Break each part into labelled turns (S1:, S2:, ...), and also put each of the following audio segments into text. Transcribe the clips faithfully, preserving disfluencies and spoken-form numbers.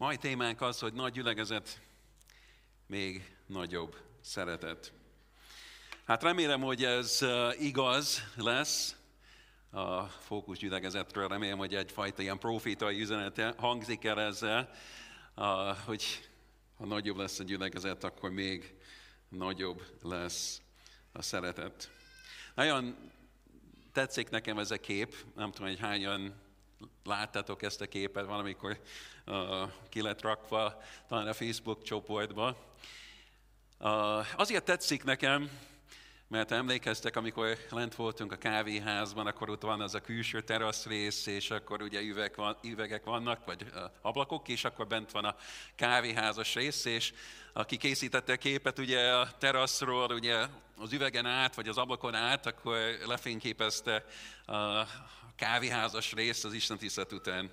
S1: Mai témánk az, hogy nagy gyülekezet, még nagyobb szeretet. Hát remélem, hogy ez igaz lesz a Fókusz gyülekezetről. Remélem, hogy egyfajta ilyen profétai üzenete hangzik el ezzel, hogy ha nagyobb lesz a gyülekezet, akkor még nagyobb lesz a szeretet. Nagyon tetszik nekem ez a kép, nem tudom, hogy hányan láttátok ezt a képet, valamikor uh, ki lett rakva, talán a Facebook csoportba. Uh, azért tetszik nekem, mert emlékeztek, amikor lent voltunk a kávéházban, akkor ott van az a külső terasz rész, és akkor ugye üveg van, üvegek vannak, vagy uh, ablakok, és akkor bent van a kávéházas rész, és aki készítette a képet ugye a teraszról, ugye az üvegen át, vagy az ablakon át, akkor lefényképezte a kávéházas részt az istentisztelet után.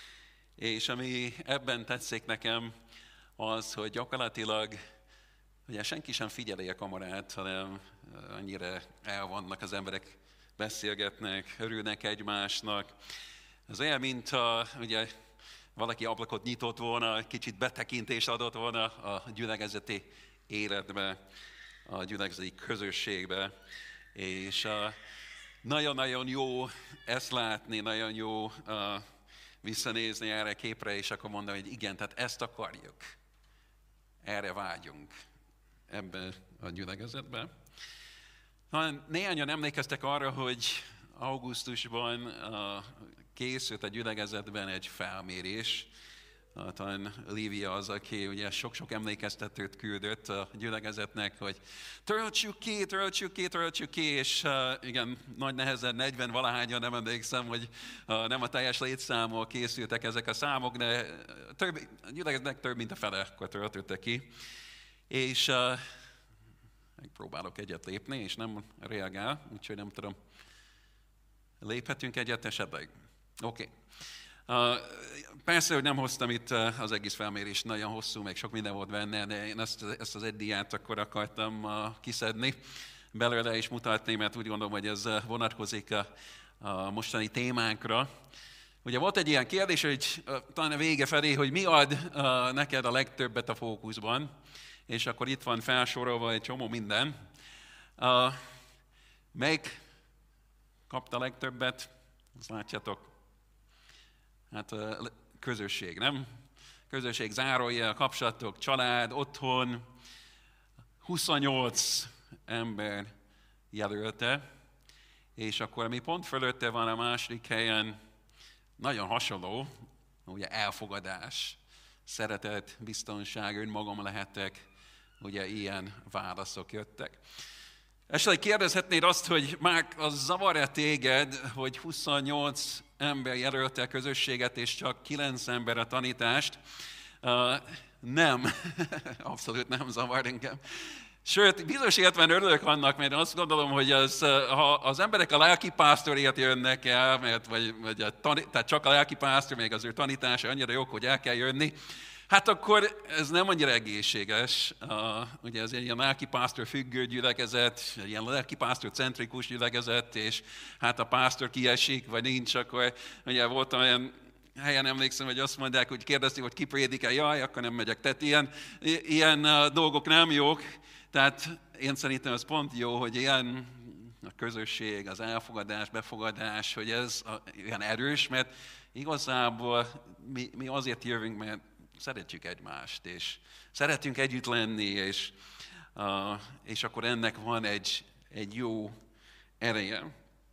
S1: És ami ebben tetszik nekem, az, hogy gyakorlatilag ugye senki sem figyeli a kamarát, hanem annyira el vannak az emberek, beszélgetnek, örülnek egymásnak. Ez olyan, mint a, ugye valaki ablakot nyitott volna, kicsit betekintést adott volna a gyülekezeti életbe, a gyülekezeti közösségbe. És nagyon-nagyon jó ezt látni, nagyon jó visszanézni erre a képre, és akkor mondani, hogy igen, tehát ezt akarjuk. Erre vágyunk ebben a gyülekezetben. Néhányan emlékeztek arra, hogy augusztusban készült a gyülekezetben egy felmérés. Talán Lívia az, aki ugye sok-sok emlékeztetőt küldött a gyülekezetnek, hogy töltsük ki, töltsük ki, töltsük ki, és uh, igen, nagy nehezen negyven valahányan, nem emlékszem, hogy uh, nem a teljes létszámmal készültek ezek a számok, de több, a gyülekezetnek több, mint a fele, akkor töltötte ki. És uh, megpróbálok egyet lépni, és nem reagál, úgyhogy nem tudom, léphetünk egyet esetleg? Oké. Okay. Uh, persze, hogy nem hoztam itt az egész felmérést, nagyon hosszú, meg sok minden volt benne, de én ezt, ezt az egy diát akkor akartam uh, kiszedni belőle és mutatni, mert úgy gondolom, hogy ez vonatkozik a, a mostani témánkra. Ugye volt egy ilyen kérdés, hogy uh, talán a vége felé, hogy mi ad uh, neked a legtöbbet a fókuszban, és akkor itt van felsorolva egy csomó minden. Uh, melyik kapta a legtöbbet? Azt látjátok. Hát közösség, nem? Közösség, zárójel, kapcsolatok, család, otthon. huszonnyolc ember jelölte, és akkor ami pont fölötte van a második helyen, nagyon hasonló, ugye elfogadás, szeretet, biztonság, önmagam lehetek, ugye ilyen válaszok jöttek. Esetleg kérdezhetnéd azt, hogy Márk, az zavar-e téged, hogy huszonnyolc ember jelölte a közösséget, és csak kilenc ember a tanítást? Uh, nem, abszolút nem zavar engem. Sőt, bizonyos értelemben örülök annak, mert azt gondolom, hogy az, ha az emberek a lelkipásztorért jönnek el, mert vagy, vagy a tanít, tehát csak a lelkipásztor, még az ő tanítása annyira jó, hogy el kell jönni, hát akkor ez nem annyira egészséges. Uh, ugye ez egy ilyen lelkipásztor függő gyülekezet, egy ilyen lelkipásztor centrikus gyülekezet, és hát a pásztor kiesik, vagy nincs, akkor ugye volt olyan helyen, emlékszem, hogy azt mondják, hogy kérdezték, hogy ki prédikel, jaj, akkor nem megyek. Tehát ilyen, ilyen uh, dolgok nem jók. Tehát én szerintem ez pont jó, hogy ilyen a közösség, az elfogadás, befogadás, hogy ez a, ilyen erős, mert igazából mi, mi azért jövünk, mert szeretjük egymást, és szeretünk együtt lenni, és, uh, és akkor ennek van egy, egy jó ereje.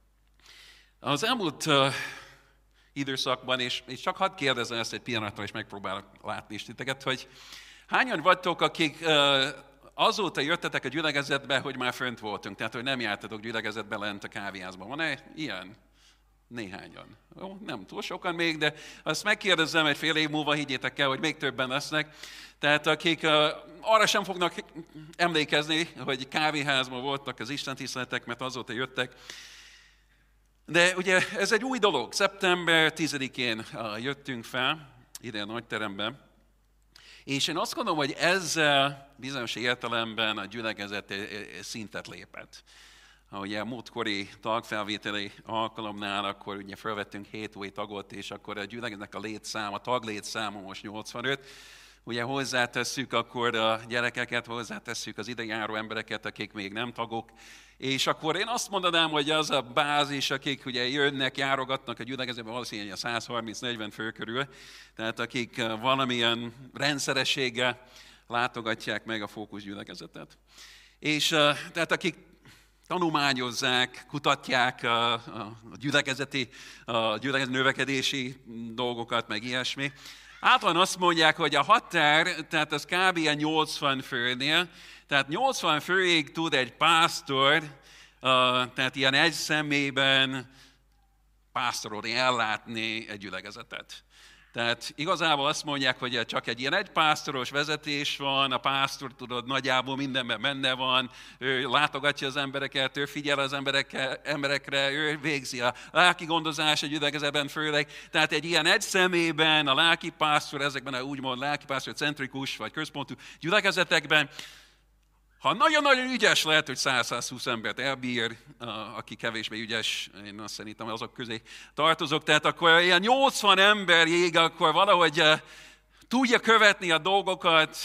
S1: Az elmúlt uh, időszakban, és, és csak hadd kérdezem ezt egy pillanatra, és megpróbálok látni is titeket, hogy hányan vagytok, akik uh, azóta jöttetek a gyülekezetbe, hogy már fönt voltunk, tehát hogy nem jártatok gyülekezetbe lent a kávéházban. Van-e ilyen? Néhányan. Jó, nem túl sokan még, de azt megkérdezem egy fél év múlva, higgyétek el, hogy még többen lesznek. Tehát akik uh, arra sem fognak emlékezni, hogy kávéházban voltak az istentiszteletek, mert azóta jöttek. De ugye ez egy új dolog. szeptember tizedikén uh, jöttünk fel, ide a nagyteremben. És én azt gondolom, hogy ezzel bizonyos értelemben a gyülekezet szintet lépett. ugye a múltkori tagfelvételi alkalomnál, akkor ugye felvettünk hét új tagot, és akkor a gyülekezetnek a létszáma, a taglétszáma most nyolcvanöt. Ugye hozzátesszük akkor a gyerekeket, hozzátesszük az idejáró embereket, akik még nem tagok. És akkor én azt mondanám, hogy az a bázis, akik ugye jönnek, járogatnak a gyülekezetben, valószínűleg a száz harminc-negyven fő körül, tehát akik valamilyen rendszerességgel látogatják meg a Fókusz gyülekezetet. És tehát akik tanulmányozzák, kutatják a, a gyülekezeti, a gyülekezeti növekedési dolgokat, meg ilyesmi. Általán azt mondják, hogy a határ, tehát az kb. nyolcvan főnél, tehát nyolcvan főig tud egy pásztor, tehát ilyen egy személyben pásztorolni, ellátni egy gyülekezetet. Tehát igazából azt mondják, hogy csak egy ilyen egypásztoros vezetés van, a pásztor tudod, nagyjából mindenben benne van, ő látogatja az embereket, ő figyel az emberekre, ő végzi a lelki gondozás egy gyülekezetben főleg. Tehát egy ilyen egy személyben a lelki pásztor, ezekben a úgymond lelki pásztor centrikus vagy központú gyülekezetekben, ha nagyon-nagyon ügyes, lehet, hogy száz-százhúsz embert elbír, aki kevésbé ügyes, én azt szerintem azok közé tartozok, tehát akkor ilyen nyolcvan emberig, akkor valahogy tudja követni a dolgokat,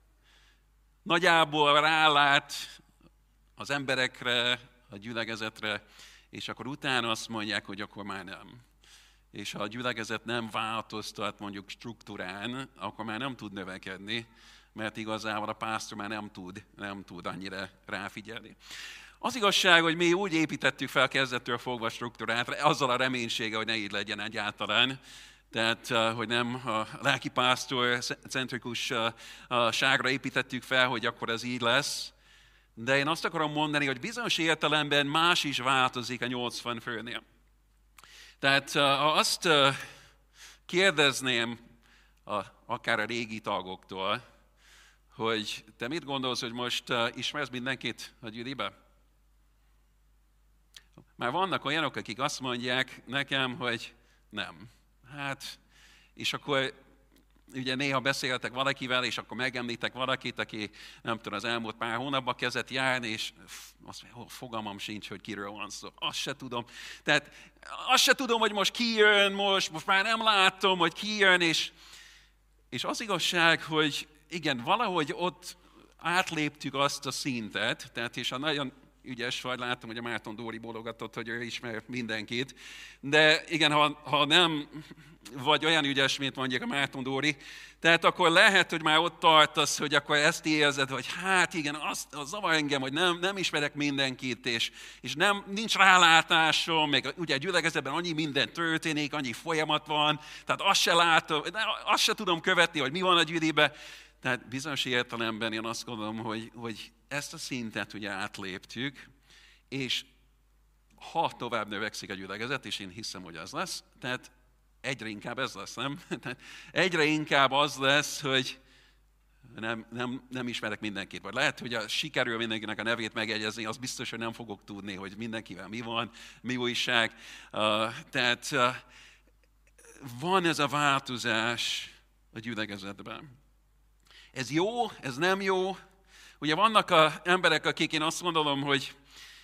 S1: nagyjából rálát az emberekre, a gyülekezetre, és akkor utána azt mondják, hogy akkor már nem. És ha a gyülekezet nem változtat mondjuk struktúrán, akkor már nem tud növekedni, mert igazából a pásztor már nem tud, nem tud annyira ráfigyelni. Az igazság, hogy mi úgy építettük fel kezdettől fogva struktúrát, azzal a reménysége, hogy ne így legyen egyáltalán, tehát, hogy nem a lelki pásztor centrikus ságra építettük fel, hogy akkor ez így lesz. De én azt akarom mondani, hogy bizonyos értelemben más is változik a nyolcvan főnél. Tehát ha azt kérdezném akár a régi tagoktól, hogy te mit gondolsz, hogy most uh, ismersz mindenkit a gyűlibe? Már vannak olyanok, akik azt mondják nekem, hogy nem. Hát, és akkor ugye néha beszéltek valakivel, és akkor megemlítek valakit, aki nem tudom, az elmúlt pár hónapban kezdett járni, és azt mondja, fogalmam sincs, hogy kiről van szó. Azt se tudom. Tehát azt se tudom, hogy most ki jön, most, most már nem látom, hogy ki jön, és, és az igazság, hogy igen, valahogy ott átléptük azt a szintet, tehát és a nagyon ügyes vagy, látom, hogy a Márton Dóri bólogatott, hogy ő ismer mindenkit, de igen, ha, ha nem vagy olyan ügyes, mint mondjuk a Márton Dóri, tehát akkor lehet, hogy már ott tartasz, hogy akkor ezt érzed, hogy hát igen, az, az zavar engem, hogy nem, nem ismerek mindenkit, és, és nem, nincs rálátásom, meg ugye a gyülekezetben annyi minden történik, annyi folyamat van, tehát azt se látom, azt se tudom követni, hogy mi van a gyűlibe. Tehát bizonyos értelemben én azt gondolom, hogy, hogy ezt a szintet ugye átléptük, és ha tovább növekszik a gyülekezet, és én hiszem, hogy az lesz, tehát egyre inkább ez lesz, nem? Tehát egyre inkább az lesz, hogy nem, nem, nem ismerek mindenkit. Vagy lehet, hogy a sikerül mindenkinek a nevét megjegyezni, az biztos, hogy nem fogok tudni, hogy mindenkivel mi van, mi újság. Uh, tehát uh, van ez a változás a gyülekezetben. Ez jó, ez nem jó. Ugye vannak az emberek, akik én azt gondolom, hogy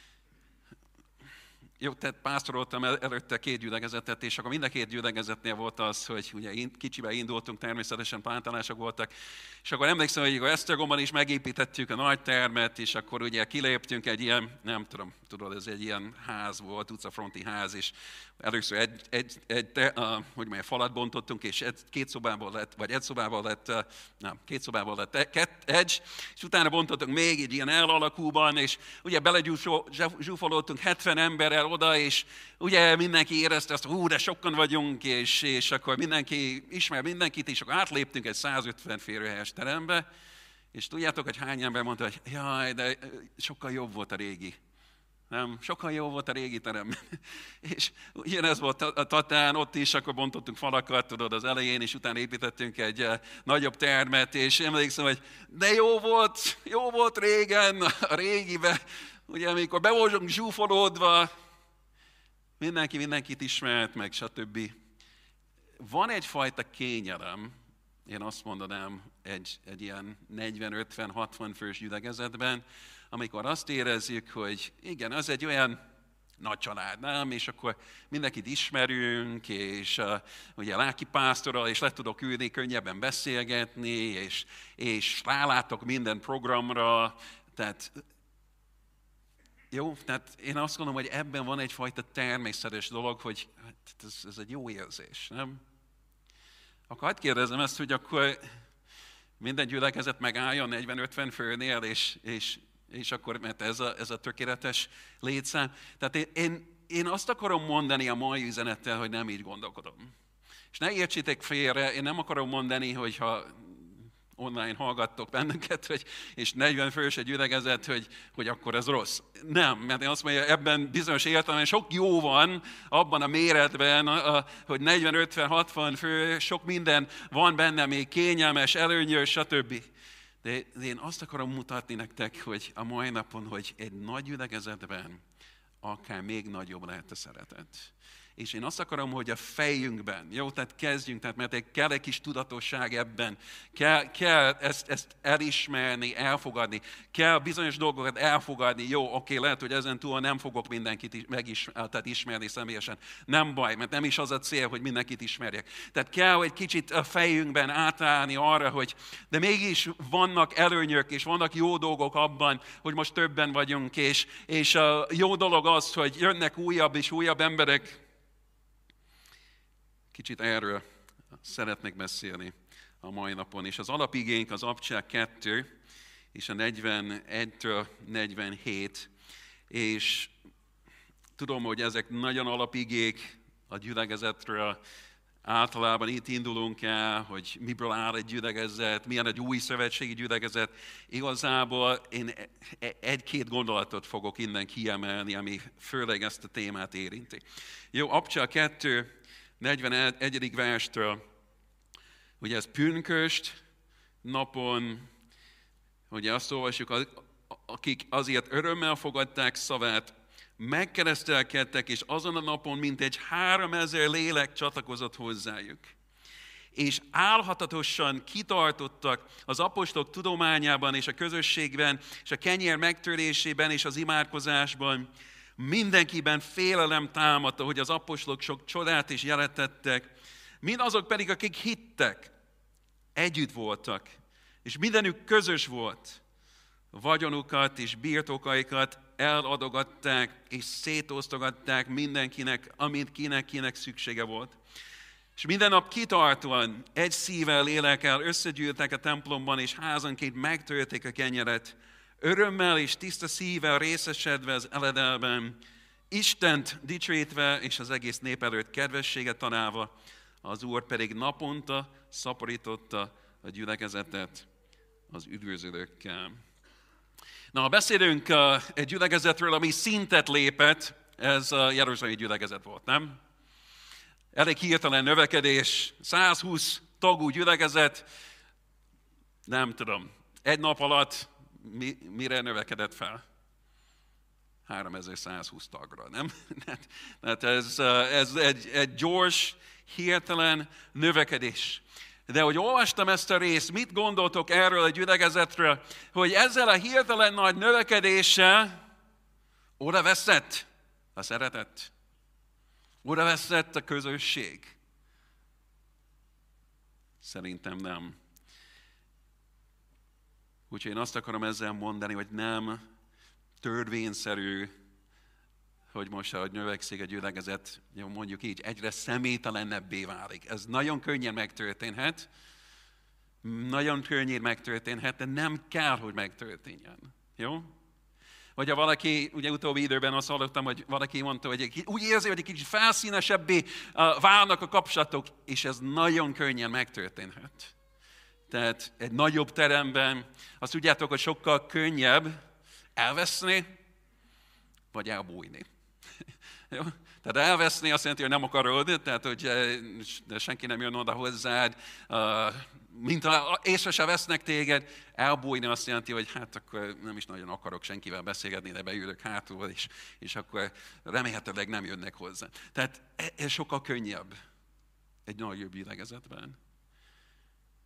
S1: jó, tehát pásztoroltam el, előtte két gyülekezetet, és akkor mind a két gyülekezetnél volt az, hogy ugye kicsiben indultunk, természetesen plántalások voltak, és akkor emlékszem, hogy Esztergomban is megépítettük a nagy termet, és akkor ugye kiléptünk egy ilyen, nem tudom, tudod, ez egy ilyen ház volt, utcafronti ház, és először egy, egy, egy te, uh, hogy mondjam, falat bontottunk, és egy, két szobából lett, vagy egy szobából lett, uh, nem, két szobából lett kett, egy, és utána bontottunk még egy ilyen elalakúban, és ugye belegyúfolódtunk hetven emberrel oda, és ugye mindenki érezte azt, hogy hú, de sokan vagyunk, és, és akkor mindenki ismer mindenkit, és akkor átléptünk egy százötven férőhelyes terembe, és tudjátok, hogy hány ember mondta, hogy jaj, de sokkal jobb volt a régi. Nem, sokkal jobb volt a régi terem. És ugyanez volt a Tatán, ott is, akkor bontottunk falakat, tudod, az elején, és utána építettünk egy uh, nagyobb termet, és emlékszem, hogy de jó volt, jó volt régen, a régibe, ugye amikor be voltunk zsúfolódva, mindenki mindenkit ismert, meg stb. Van egyfajta kényelem, én azt mondanám egy, egy ilyen negyven, ötven, hatvan fős gyülekezetben, amikor azt érezzük, hogy igen, az egy olyan nagy család, nem? És akkor mindenkit ismerünk, és uh, ugye lelkipásztorral, és le tudok ülni, könnyebben beszélgetni, és, és rálátok minden programra. Tehát, jó, tehát én azt gondolom, hogy ebben van egyfajta természetes dolog, hogy hát ez, ez egy jó érzés, nem? Akkor hát kérdezem ezt, hogy akkor minden gyülekezet megálljon negyven-ötven főnél, és, és és akkor, mert ez a, ez a tökéletes létszám. Tehát én, én, én azt akarom mondani a mai üzenettel, hogy nem így gondolkodom. És ne értsétek félre, én nem akarom mondani, hogyha online hallgattok bennünket, hogy, és negyven fős egy gyülekezet, hogy, hogy akkor ez rossz. Nem, mert én azt mondja, ebben bizonyos értelemben sok jó van, abban a méretben, a, a, hogy negyven, ötven, hatvan fő, sok minden van benne, még kényelmes, előnyös, stb. De én azt akarom mutatni nektek, hogy a mai napon, hogy egy nagy gyülekezetben akár még nagyobb lehet a szeretet. És én azt akarom, hogy a fejünkben, jó, tehát kezdjünk, tehát mert kell egy kis tudatosság ebben, kell, kell ezt, ezt elismerni, elfogadni, kell bizonyos dolgokat elfogadni, jó, oké, lehet, hogy ezen túl nem fogok mindenkit megis, tehát ismerni személyesen. Nem baj, mert nem is az a cél, hogy mindenkit ismerjek. Tehát kell egy kicsit a fejünkben átállni arra, hogy de mégis vannak előnyök, és vannak jó dolgok abban, hogy most többen vagyunk, és, és a jó dolog az, hogy jönnek újabb és újabb emberek. Kicsit erről szeretnék beszélni a mai napon. És az alapigénk az Abcsák kettő, és a negyvenegytől negyvenhét. És tudom, hogy ezek nagyon alapigék a gyülekezetről. Általában itt indulunk el, hogy miből áll egy gyülekezet, milyen egy új szövetségi gyülekezet. Igazából én egy-két gondolatot fogok innen kiemelni, ami főleg ezt a témát érinti. Jó, Abcsák kettő, negyvenegyedik verstől, ugye ez pünköst napon, ugye azt olvasjuk, akik azért örömmel fogadták szavát, megkeresztelkedtek, és azon a napon mintegy háromezer lélek csatlakozott hozzájuk. És álhatatosan kitartottak az apostolok tudományában és a közösségben, és a kenyér megtörésében és az imádkozásban. Mindenkiben félelem támadta, hogy az apostolok sok csodát is jelentettek. Mindazok pedig, akik hittek, együtt voltak, és mindenük közös volt. Vagyonukat és birtokaikat eladogatták, és szétosztogatták mindenkinek, amit kinek-kinek szüksége volt. És minden nap kitartóan, egy szívvel, lélekkel összegyűltek a templomban, és házanként megtörték a kenyeret, örömmel és tiszta szívvel részesedve az eledelben, Istent dicsőítve és az egész nép előtt kedvességet találva, az Úr pedig naponta szaporította a gyülekezetet az üdvözlőkkel. Na, ha beszélünk egy gyülekezetről, ami szintet lépett, ez a jeruzsálemi gyülekezet volt, nem? Elég hirtelen növekedés, százhúsz tagú gyülekezet, nem tudom, egy nap alatt mi, mire növekedett fel? háromezer-százhúsz tagra, nem? Tehát ez, ez egy, egy gyors, hirtelen növekedés. De hogy olvastam ezt a részt, mit gondoltok erről a gyülekezetről, hogy ezzel a hirtelen nagy növekedéssel oda veszett a szeretet, oda veszett a közösség? Szerintem nem. Úgyhogy én azt akarom ezzel mondani, hogy nem törvényszerű, hogy most, ahogy növekszik a gyülekezet, mondjuk így, egyre személytelenebbé válik. Ez nagyon könnyen megtörténhet, nagyon könnyen megtörténhet, de nem kell, hogy megtörténjen. Jó? Vagy ha valaki, ugye utóbbi időben azt hallottam, hogy valaki mondta, hogy úgy érzi, hogy egy kicsit felszínesebbé válnak a kapcsolatok, és ez nagyon könnyen megtörténhet. Tehát egy nagyobb teremben, azt tudjátok, hogy sokkal könnyebb elveszni, vagy elbújni. Jó? Tehát elveszni azt jelenti, hogy nem akarod, tehát hogy senki nem jön oda hozzád, mint ha észre se vesznek téged. Elbújni azt jelenti, hogy hát akkor nem is nagyon akarok senkivel beszélgetni, de beülök hátul, és, és akkor remélhetőleg nem jönnek hozzá. Tehát ez sokkal könnyebb egy nagyobb gyülekezetben.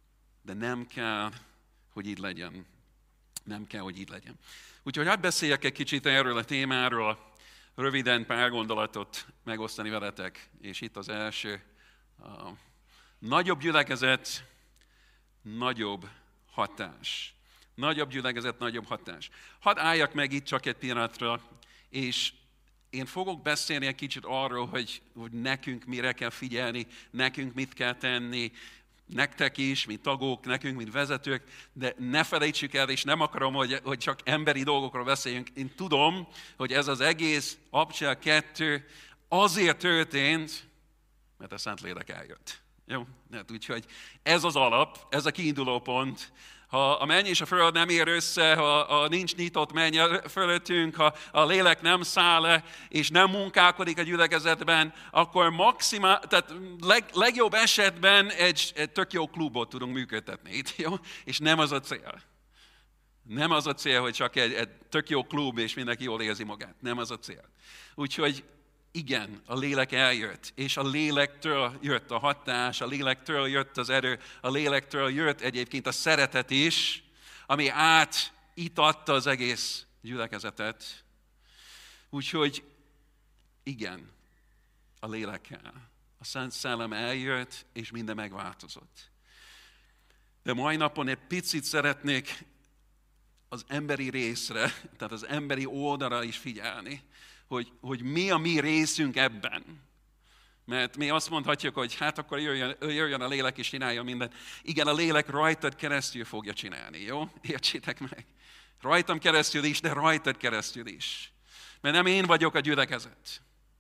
S1: de nem kell, hogy így legyen. Nem kell, hogy így legyen. Úgyhogy hadd beszéljek egy kicsit erről a témáról, röviden pár gondolatot megosztani veletek, és itt az első. A nagyobb gyülekezet, nagyobb hatás. Nagyobb gyülekezet, nagyobb hatás. Hadd álljak meg itt csak egy pillanatra, és én fogok beszélni egy kicsit arról, hogy, hogy nekünk mire kell figyelni, nekünk mit kell tenni, nektek is, mint tagok, nekünk, mint vezetők, de ne felejtsük el, és nem akarom, hogy, hogy csak emberi dolgokról beszéljünk. Én tudom, hogy ez az egész Apostolok kettő azért történt, mert a Szentlélek eljött. Jó? Hát úgyhogy ez az alap, ez a kiinduló pont. Ha a menny és a föld nem ér össze, ha, ha nincs nyitott menny fölöttünk, ha a lélek nem száll le, és nem munkálkodik a gyülekezetben, akkor maximál, tehát leg, legjobb esetben egy, egy tök jó klubot tudunk működtetni itt, jó? És nem az a cél. Nem az a cél, hogy csak egy, egy tök jó klub, és mindenki jól érzi magát. Nem az a cél. Úgyhogy igen, a lélek eljött, és a lélektől jött a hatás, a lélektől jött az erő, a lélektől jött egyébként a szeretet is, ami átitatta az egész gyülekezetet. Úgyhogy igen, a lélekkel. A Szent Szellem eljött, és minden megváltozott. De mai napon egy picit szeretnék az emberi részre, tehát az emberi oldalra is figyelni, Hogy, hogy mi a mi részünk ebben. Mert mi azt mondhatjuk, hogy hát akkor jöjjön, jöjjön a lélek és csinálja mindent. Igen, a lélek rajtad keresztül fogja csinálni, jó? Értsétek meg. Rajtam keresztül is, de rajtad keresztül is. Mert nem én vagyok a gyülekezet.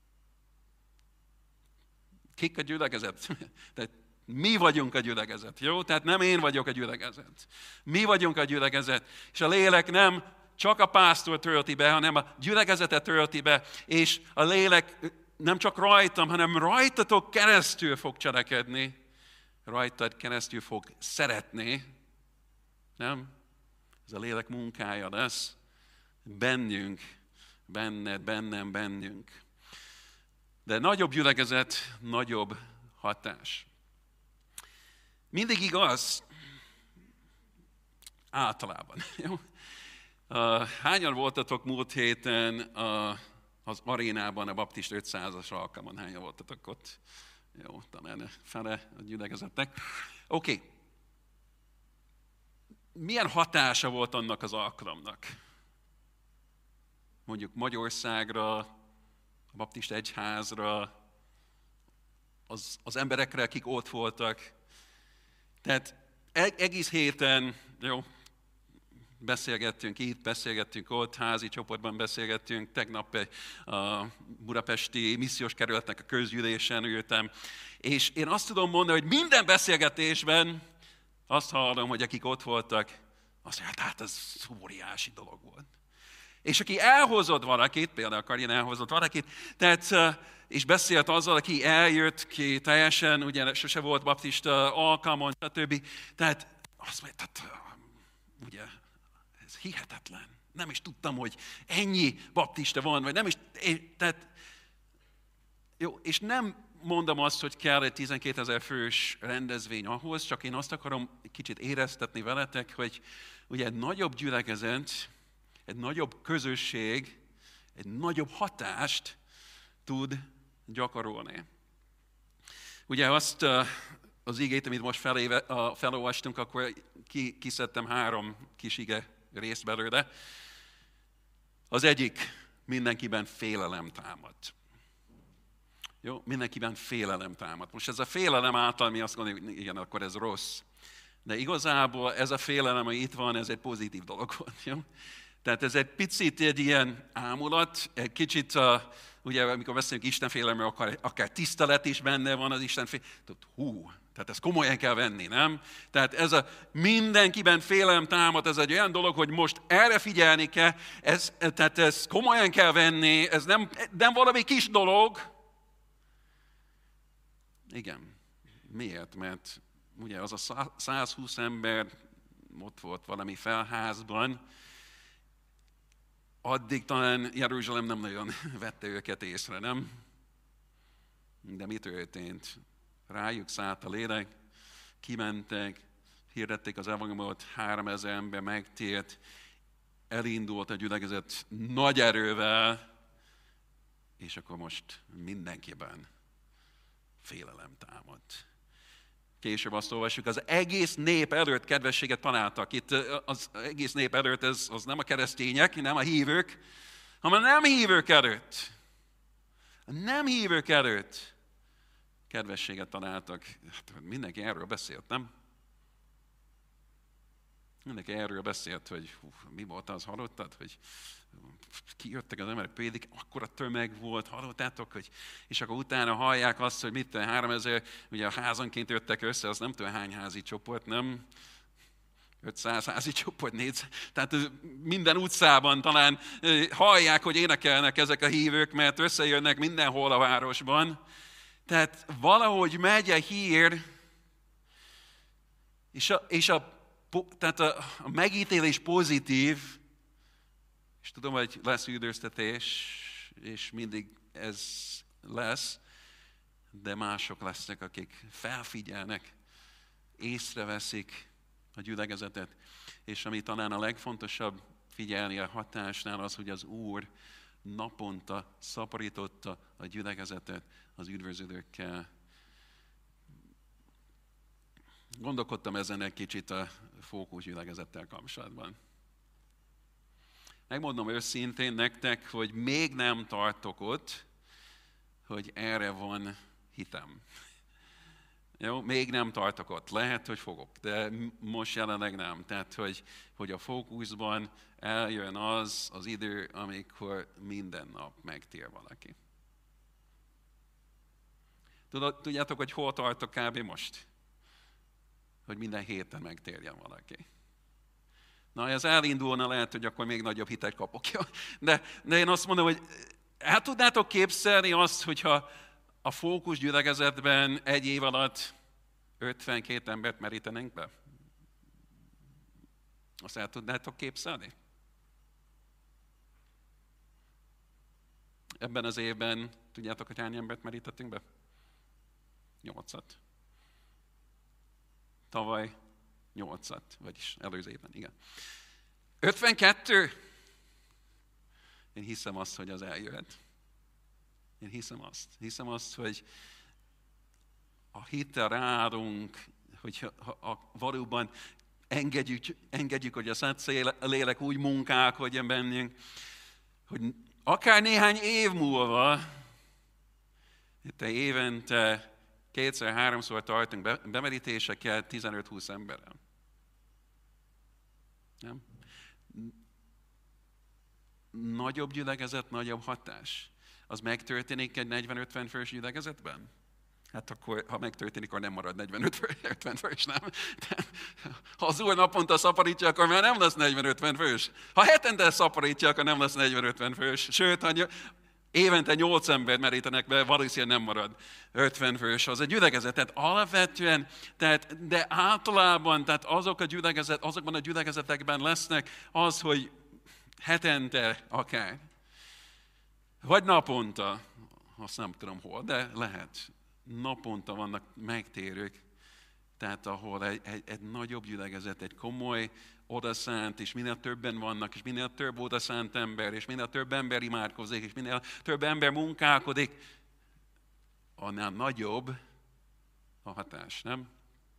S1: Kik a gyülekezet? Tehát mi vagyunk a gyülekezet, jó? Tehát nem én vagyok a gyülekezet. Mi vagyunk a gyülekezet. És a lélek nem csak a pásztor tölti be, hanem a gyülekezetet tölti be, és a lélek nem csak rajtam, hanem rajtatok keresztül fog cselekedni, rajtad keresztül fog szeretni, nem? Ez a lélek munkája lesz, bennünk, benned, bennem, bennünk. De nagyobb gyülekezet, nagyobb hatás. Mindig igaz, általában, jó? Uh, hányan voltatok múlt héten uh, az arénában, a baptista ötszázas alkalmon? Hányan voltatok ott? Jó, talán fele a gyülekezetnek. Oké. Okay. Milyen hatása volt annak az alkalomnak? Mondjuk Magyarországra, a baptista egyházra, az, az emberekre, akik ott voltak. Tehát egész héten, jó, beszélgettünk itt, beszélgettünk ott, házi csoportban beszélgettünk, tegnap a budapesti missziós kerületnek a közgyűlésen ültem, és én azt tudom mondani, hogy minden beszélgetésben azt hallom, hogy akik ott voltak, azt mondják, hát ez óriási dolog volt. És aki elhozott valakit, például Karin elhozott valakit, tehát, és beszélt azzal, aki eljött ki teljesen, ugye sose volt baptista alkalmon, stb. Tehát azt mondja, tehát, ugye, ez hihetetlen. Nem is tudtam, hogy ennyi baptista van, vagy nem is, tehát, jó, és nem mondom azt, hogy kell egy tizenkétezer fős rendezvény ahhoz, csak én azt akarom kicsit éreztetni veletek, hogy ugye egy nagyobb gyülekezet, egy nagyobb közösség, egy nagyobb hatást tud gyakorolni. Ugye azt az igét, amit most feléve, felolvastunk, akkor kiszedtem három kis ige részt belőle. Az egyik, mindenkiben félelem támad. Jó, mindenkiben félelem támad. Most ez a félelem által mi azt gondoljuk, hogy igen, akkor ez rossz. De igazából ez a félelem, ami itt van, ez egy pozitív dolog volt. Jó? Tehát ez egy picit egy ilyen ámulat, egy kicsit, uh, ugye amikor beszélünk Istenfélelemről, akár, akár tisztelet is benne van az Istenfélelem. Hú, tehát ezt komolyan kell venni, nem? Tehát ez a mindenkiben félelem támad, ez egy olyan dolog, hogy most erre figyelni kell, ez, tehát ezt komolyan kell venni, ez nem, nem valami kis dolog. Igen. Miért? Mert ugye az a százhúsz ember ott volt valami felházban, addig talán Jeruzsálem nem nagyon vette őket észre, nem? De mi történt? Rájuk szállt a lélek, kimentek, hirdették az evangéliumot, háromezer ember megtért, elindult a gyülekezet nagy erővel, és akkor most mindenkiben félelem támadt. Később azt olvassuk, az egész nép előtt kedvességet találtak. Itt az egész nép előtt, ez, az nem a keresztények, nem a hívők, hanem a nem hívők előtt. A nem hívők előtt kedvességet találtak. Hát mindenki erről beszélt, nem? Mindenki erről beszélt, hogy hú, mi volt az, hallottad, hogy kijöttek az emberek, prédik, akkora tömeg volt, hallottátok, hogy, és akkor utána hallják azt, hogy mit tudom, háromezer, ugye a házanként jöttek össze, az nem tudom hány házi csoport, nem? ötszáz házi csoport, négyszáz. Tehát minden utcában talán hallják, hogy énekelnek ezek a hívők, mert összejönnek mindenhol a városban. Tehát valahogy megy a hír, és a, és a Tehát a, a megítélés pozitív, és tudom, hogy lesz üldöztetés, és mindig ez lesz, de mások lesznek, akik felfigyelnek, észreveszik a gyülekezetet. És ami talán a legfontosabb figyelni a hatásnál az, hogy az Úr naponta szaporította a gyülekezetet az üdvözlőkkel. Gondolkodtam ezen egy kicsit a fókusz gyülekezettel kapcsolatban. Megmondom őszintén nektek, hogy még nem tartok ott, hogy erre van hitem. Jó, még nem tartok ott. Lehet, hogy fogok, de most jelenleg nem. Tehát, hogy, hogy a fókuszban eljön az az idő, amikor minden nap megtér valaki. Tudjátok, hogy hol tartok kb. Most? Hogy minden héten megtérjen valaki. Na, ez elindulna, lehet, hogy akkor még nagyobb hitet kapok. De, de én azt mondom, hogy el tudnátok képzelni azt, hogyha a fókusz gyülekezetben egy év alatt ötvenkét embert merítenénk be? Azt el tudnátok képzelni? Ebben az évben, tudjátok, hogy hány embert merítettünk be? Nyolcat. Tavaly nyolcat, vagyis előző évben, igen. ötvenkettő? Én hiszem azt, hogy az eljöhet. Én hiszem azt. Hiszem azt, hogy a hittel ráadunk, hogy ha, ha valóban engedjük, engedjük, hogy a Szent Lélek úgy munkálkodjon bennünk, hogy akár néhány év múlva, itt évente kétszer-háromszor tartunk bemerítésekkel tizenöt-húsz emberrel. Nem? Nagyobb gyülekezet, nagyobb hatás. Az megtörténik egy negyven-ötven fős gyülekezetben? Hát akkor, ha megtörténik, akkor nem marad negyven-ötven fős, nem? De, ha az Úr naponta szaporítja, akkor már nem lesz negyven-ötven fős. Ha hetente szaporítja, akkor nem lesz negyven-ötven fős. Sőt, ha évente nyolc embert merítenek be, valószínűleg nem marad ötven fős. Az a gyülekezet. Tehát alapvetően, tehát, de általában, tehát azok a gyülekezet, azokban a gyülekezetekben lesznek az, hogy hetente akár. Vagy naponta, azt nem tudom hol, de lehet. Naponta vannak megtérők, tehát ahol egy, egy, egy nagyobb gyülekezet, egy komoly odaszánt, és minél többen vannak, és minél több odaszánt ember, és minél több ember imádkozik, és minél több ember munkálkodik, annál nagyobb a hatás, nem?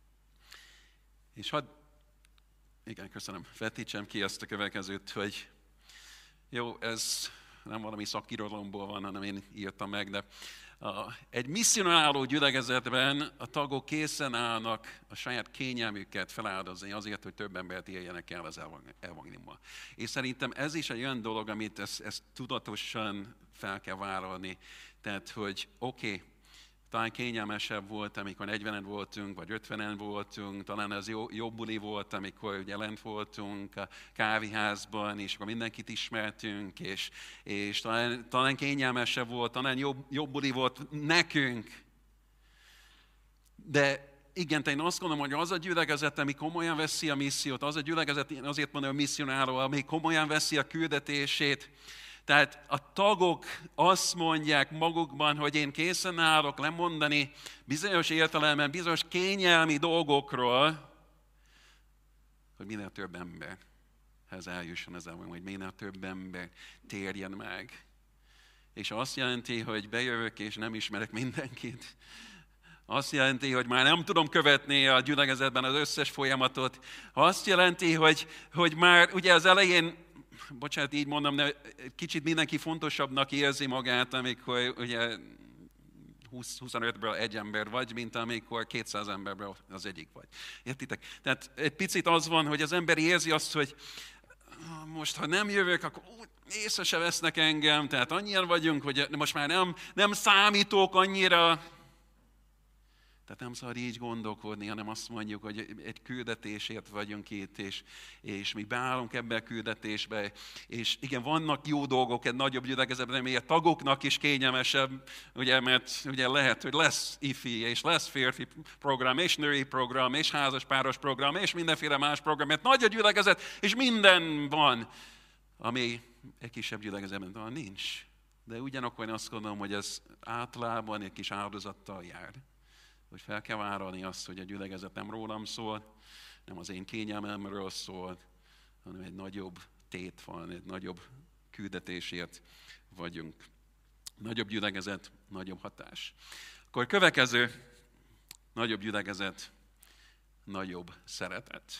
S1: És hadd, igen, köszönöm, vetítsem ki ezt a következőt, hogy jó, ez nem valami szakirodalomból van, hanem én írtam meg, de a, egy misszionáló gyülekezetben a tagok készen állnak a saját kényelmüket feláldozni azért, hogy több embert éljenek el az evangéliummal. És szerintem ez is egy olyan dolog, amit ezt, ezt tudatosan fel kell vállalni. Tehát, hogy oké, okay, talán kényelmesebb volt, amikor negyvenen voltunk, vagy ötvenen voltunk, talán ez jó, jobb buli volt, amikor ugye lent voltunk a kávéházban, és akkor mindenkit ismertünk, és, és talán, talán kényelmesebb volt, talán jobb, jobb buli volt nekünk. De igen, én azt gondolom, hogy az a gyülekezet, ami komolyan veszi a missziót, az a gyülekezet, én azért mondom, hogy misszionáló, ami komolyan veszi a küldetését, tehát a tagok azt mondják magukban, hogy én készen állok lemondani bizonyos értelemben, bizonyos kényelmi dolgokról, hogy minél több emberhez eljusson ez el, hogy minél több ember térjen meg. És azt jelenti, hogy bejövök és nem ismerek mindenkit. Azt jelenti, hogy már nem tudom követni a gyülekezetben az összes folyamatot. Azt jelenti, hogy, hogy már ugye az elején, bocsánat, így mondom, de kicsit mindenki fontosabbnak érzi magát, amikor ugye húsz-huszonötből egy ember vagy, mint amikor kétszáz emberből az egyik vagy. Értitek? Tehát egy picit az van, hogy az ember érzi azt, hogy most, ha nem jövök, akkor észre se vesznek engem, tehát annyian vagyunk, hogy most már nem, nem számítok annyira. Tehát nem szabad így gondolkodni, hanem azt mondjuk, hogy egy küldetésért vagyunk itt, és, és mi beállunk ebbe a küldetésbe, és igen, vannak jó dolgok egy nagyobb gyülekezetben, ami a tagoknak is kényelmesebb, ugye, mert ugye lehet, hogy lesz ifi, és lesz férfi program, és női program, és házaspáros program, és mindenféle más program, mert nagy a gyülekezet, és minden van, ami egy kisebb gyülekezetben van, nincs. De ugyanakkor én azt gondolom, hogy ez általában egy kis áldozattal jár. Hogy fel kell vállalni azt, hogy a gyülekezet nem rólam szól, nem az én kényelmemről szól, hanem egy nagyobb tét van, egy nagyobb küldetésért vagyunk. Nagyobb gyülekezet, nagyobb hatás. Akkor következő, nagyobb gyülekezet, nagyobb szeretet.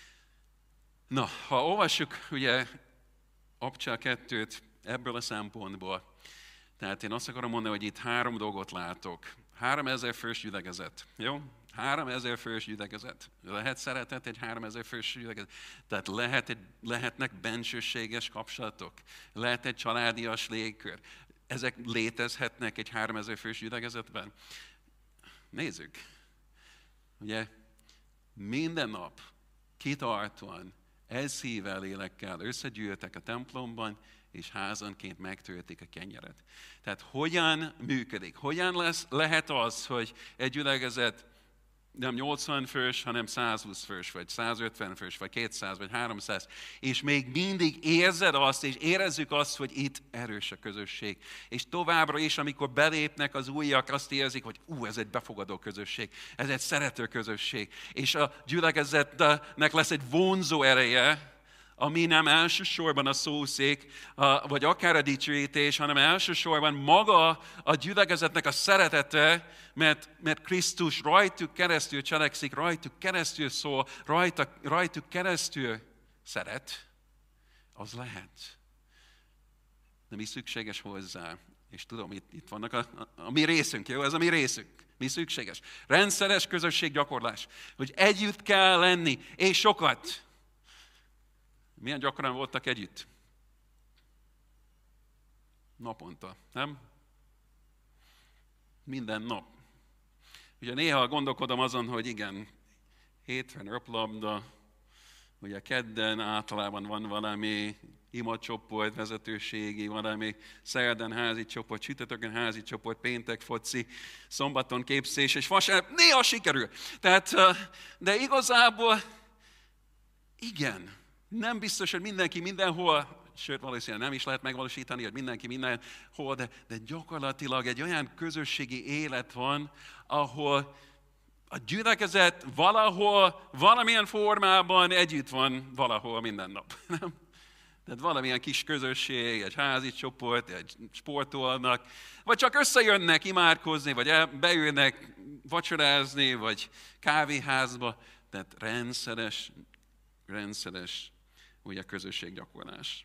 S1: Na, ha olvassuk ugye Abcsel kettőt ebből a szempontból, tehát én azt akarom mondani, hogy itt három dolgot látok. Három ezer fős gyülekezet, jó? Három ezer fős gyülekezet. Lehet szeretet egy három ezer fős gyülekezet. Tehát lehet egy, lehetnek bensőséges kapcsolatok. Lehet egy családias légkör. Ezek létezhetnek egy három ezer fős gyülekezetben. Nézzük. Ugye minden nap kitartóan, elszívvel, lélekkel összegyűltek a templomban, és házanként megtöltik a kenyeret. Tehát hogyan működik? Hogyan lesz, lehet az, hogy egy gyülekezet nem nyolcvan fős, hanem százhúsz fős, vagy százötven fős, vagy kétszáz, vagy háromszáz, és még mindig érzed azt, és érezzük azt, hogy itt erős a közösség. És továbbra is, amikor belépnek az újak, azt érzik, hogy ú, ez egy befogadó közösség, ez egy szerető közösség. És a gyülekezetnek lesz egy vonzó ereje, ami nem elsősorban a szószék, vagy akár a dicsőítés, hanem elsősorban maga a gyülekezetnek a szeretete, mert, mert Krisztus rajtuk keresztül cselekszik, rajtuk keresztül szól, rajta, rajtuk keresztül szeret, az lehet. De mi szükséges hozzá? És tudom, itt, itt vannak a, a, a mi részünk, jó? Ez a mi részünk. Mi szükséges? Rendszeres közösséggyakorlás, hogy együtt kell lenni, és sokat. Milyen gyakran voltak együtt? Naponta, nem? Minden nap. Ugye néha gondolkodom azon, hogy igen, hétfőn röplabda, ugye kedden általában van valami imacsoport, vezetőségi, valami szerdán házi csoport, csütörtökön házi csoport, péntek foci, szombaton képzés, és vasárnap néha sikerül. Tehát, de igazából igen, nem biztos, hogy mindenki mindenhol, sőt valószínűleg nem is lehet megvalósítani, hogy mindenki mindenhol, de, de gyakorlatilag egy olyan közösségi élet van, ahol a gyülekezet valahol, valamilyen formában együtt van valahol minden nap. Nem? Tehát valamilyen kis közösség, egy házi csoport, egy sportolnak, vagy csak összejönnek imádkozni, vagy beülnek vacsorázni, vagy kávéházba. Tehát rendszeres, rendszeres ugye közösséggyakorlás.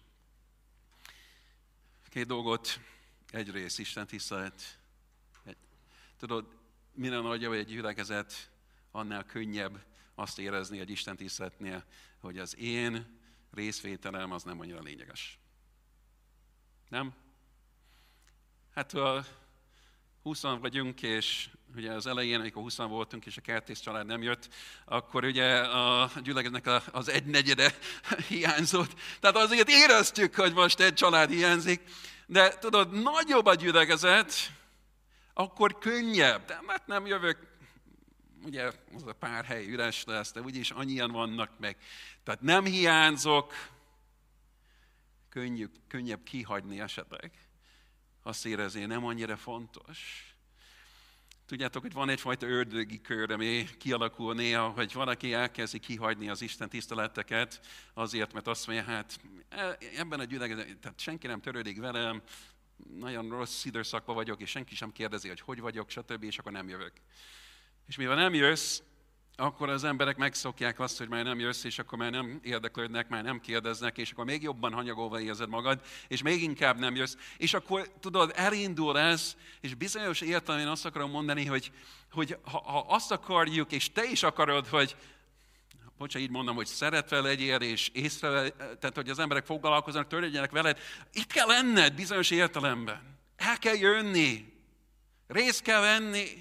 S1: Két dolgot, egyrészt Isten tisztelet. Tudod, minél nagyobb egy gyülekezet, annál könnyebb azt érezni egy Isten tiszteletnél, hogy az én részvételem az nem annyira lényeges. Nem? Hát ha húszan vagyunk, és ugye az elején, amikor húszan voltunk, és a Kertész család nem jött, akkor ugye a gyülekezetnek az egynegyede hiányzott. Tehát azért éreztük, hogy most egy család hiányzik, de tudod, nagyobb a gyülekezet, akkor könnyebb. De mert nem jövök, ugye az a pár hely üres lesz, de úgyis annyian vannak meg. Tehát nem hiányzok, könnyű, könnyebb kihagyni esetleg. Azt érezni, nem annyira fontos. Tudjátok, hogy van egyfajta ördögi kör, ami kialakul néha, hogy valaki elkezdi kihagyni az Isten tiszteleteket azért, mert azt mondja, hát ebben a gyülekezetben, tehát senki nem törődik velem, nagyon rossz időszakban vagyok, és senki sem kérdezi, hogy hogy vagyok, stb., és akkor nem jövök. És mivel nem jössz, akkor az emberek megszokják azt, hogy már nem jössz, és akkor már nem érdeklődnek, már nem kérdeznek, és akkor még jobban hanyagolva érzed magad, és még inkább nem jössz. És akkor tudod, elindul ez, és bizonyos értelemben azt akarom mondani, hogy, hogy ha, ha azt akarjuk, és te is akarod, hogy bocsánat, így mondom, hogy szeretve legyél, és észre, tehát hogy az emberek foglalkozzanak, törődjenek veled, itt kell lenned bizonyos értelemben. El kell jönni, részt kell venni,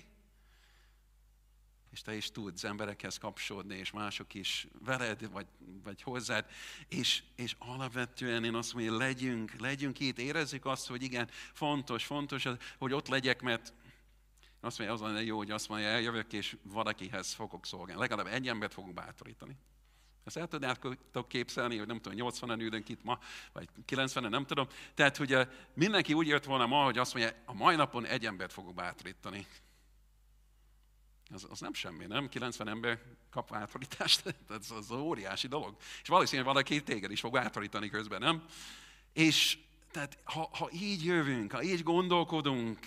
S1: és te is tudsz emberekhez kapcsolódni, és mások is veled, vagy, vagy hozzád, és, és alapvetően én azt mondom, hogy legyünk, legyünk itt, érezzük azt, hogy igen, fontos, fontos, hogy ott legyek, mert azt mondja, az lenne jó, hogy azt mondja, eljövök, és valakihez fogok szolgálni. Legalább egy embert fogok bátorítani. Ezt el tudnátok képzelni, hogy nem tudom, nyolcvanan ülünk itt ma, vagy kilencvenen, nem tudom. Tehát, hogy mindenki úgy jött volna ma, hogy azt mondja, a mai napon egy embert fogok bátorítani. Az, az nem semmi, nem? kilencven ember kap bátorítást, ez az óriási dolog. És valószínűleg valaki téged is fog bátorítani közben, nem? És tehát, ha, ha így jövünk, ha így gondolkodunk,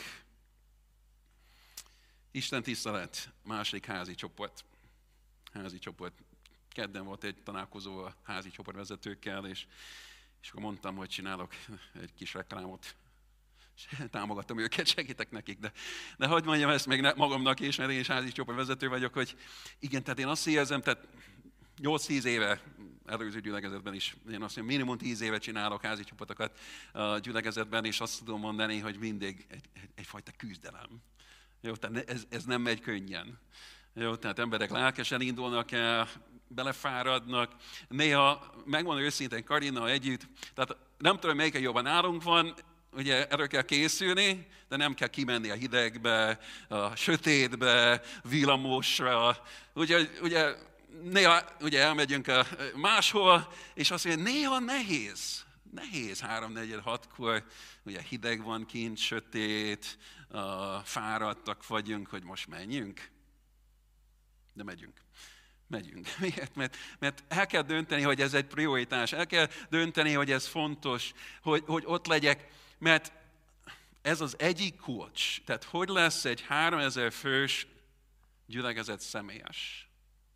S1: Isten tisztelet, második házi csoport. Házi csoport. Kedden volt egy találkozó a házi csoportvezetőkkel, és, és akkor mondtam, hogy csinálok egy kis reklámot. Támogatom őket, segítek nekik, de, de hogy mondjam ezt még magamnak is, mert én is házi csoportvezető vagyok, hogy igen, tehát én azt érzem, tehát nyolc-tíz éve előző gyülekezetben is, én azt mondom, minimum tíz éve csinálok házi csoportokat a gyülekezetben, és azt tudom mondani, hogy mindig egy, egy, egyfajta küzdelem. Jó, tehát ez, ez nem megy könnyen. Jó, tehát emberek lelkesen indulnak el, belefáradnak. Néha, megmondom őszintén, Karina együtt, tehát nem tudom, melyik jobban nálunk van, ugye erről kell készülni, de nem kell kimenni a hidegbe, a sötétbe, villamosra. Ugye, ugye néha ugye elmegyünk a máshol, és azt mondja, néha nehéz. Nehéz háromnegyed hatkor, ugye hideg van kint, sötét, fáradtak vagyunk, hogy most menjünk. De megyünk. Megyünk. Miért? Mert, mert el kell dönteni, hogy ez egy prioritás. El kell dönteni, hogy ez fontos, hogy, hogy ott legyek. Mert ez az egyik kulcs. Tehát hogy lesz egy háromezer fős gyülekezet személyes?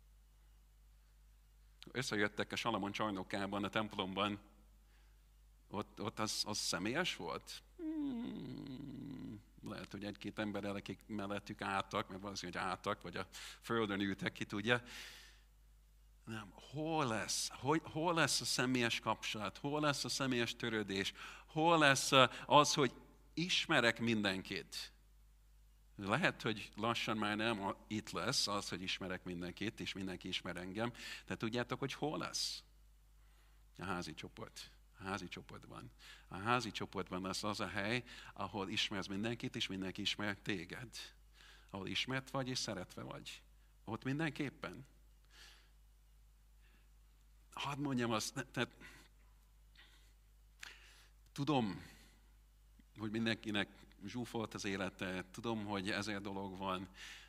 S1: Összejöttek a Salamon csarnokában, a templomban. Ott, ott az, az személyes volt? Hmm. Lehet, hogy egy-két ember, akik mellettük álltak, mert valószínűleg álltak, vagy a földön ültek, ki tudja. Nem, hol lesz? Hol, hol lesz a személyes kapcsolat? Hol lesz a személyes törődés? Hol lesz az, hogy ismerek mindenkit? Lehet, hogy lassan már nem itt lesz az, hogy ismerek mindenkit, és mindenki ismer engem. De tudjátok, hogy hol lesz? A házi csoport. A házi csoportban. A házi csoportban lesz az a hely, ahol ismersz mindenkit, és mindenki ismer téged. Ahol ismert vagy, és szeretve vagy. Ott mindenképpen. Hadd mondjam azt, tehát tudom, hogy mindenkinek zsúfolt az élete, tudom, hogy ezer dolog van,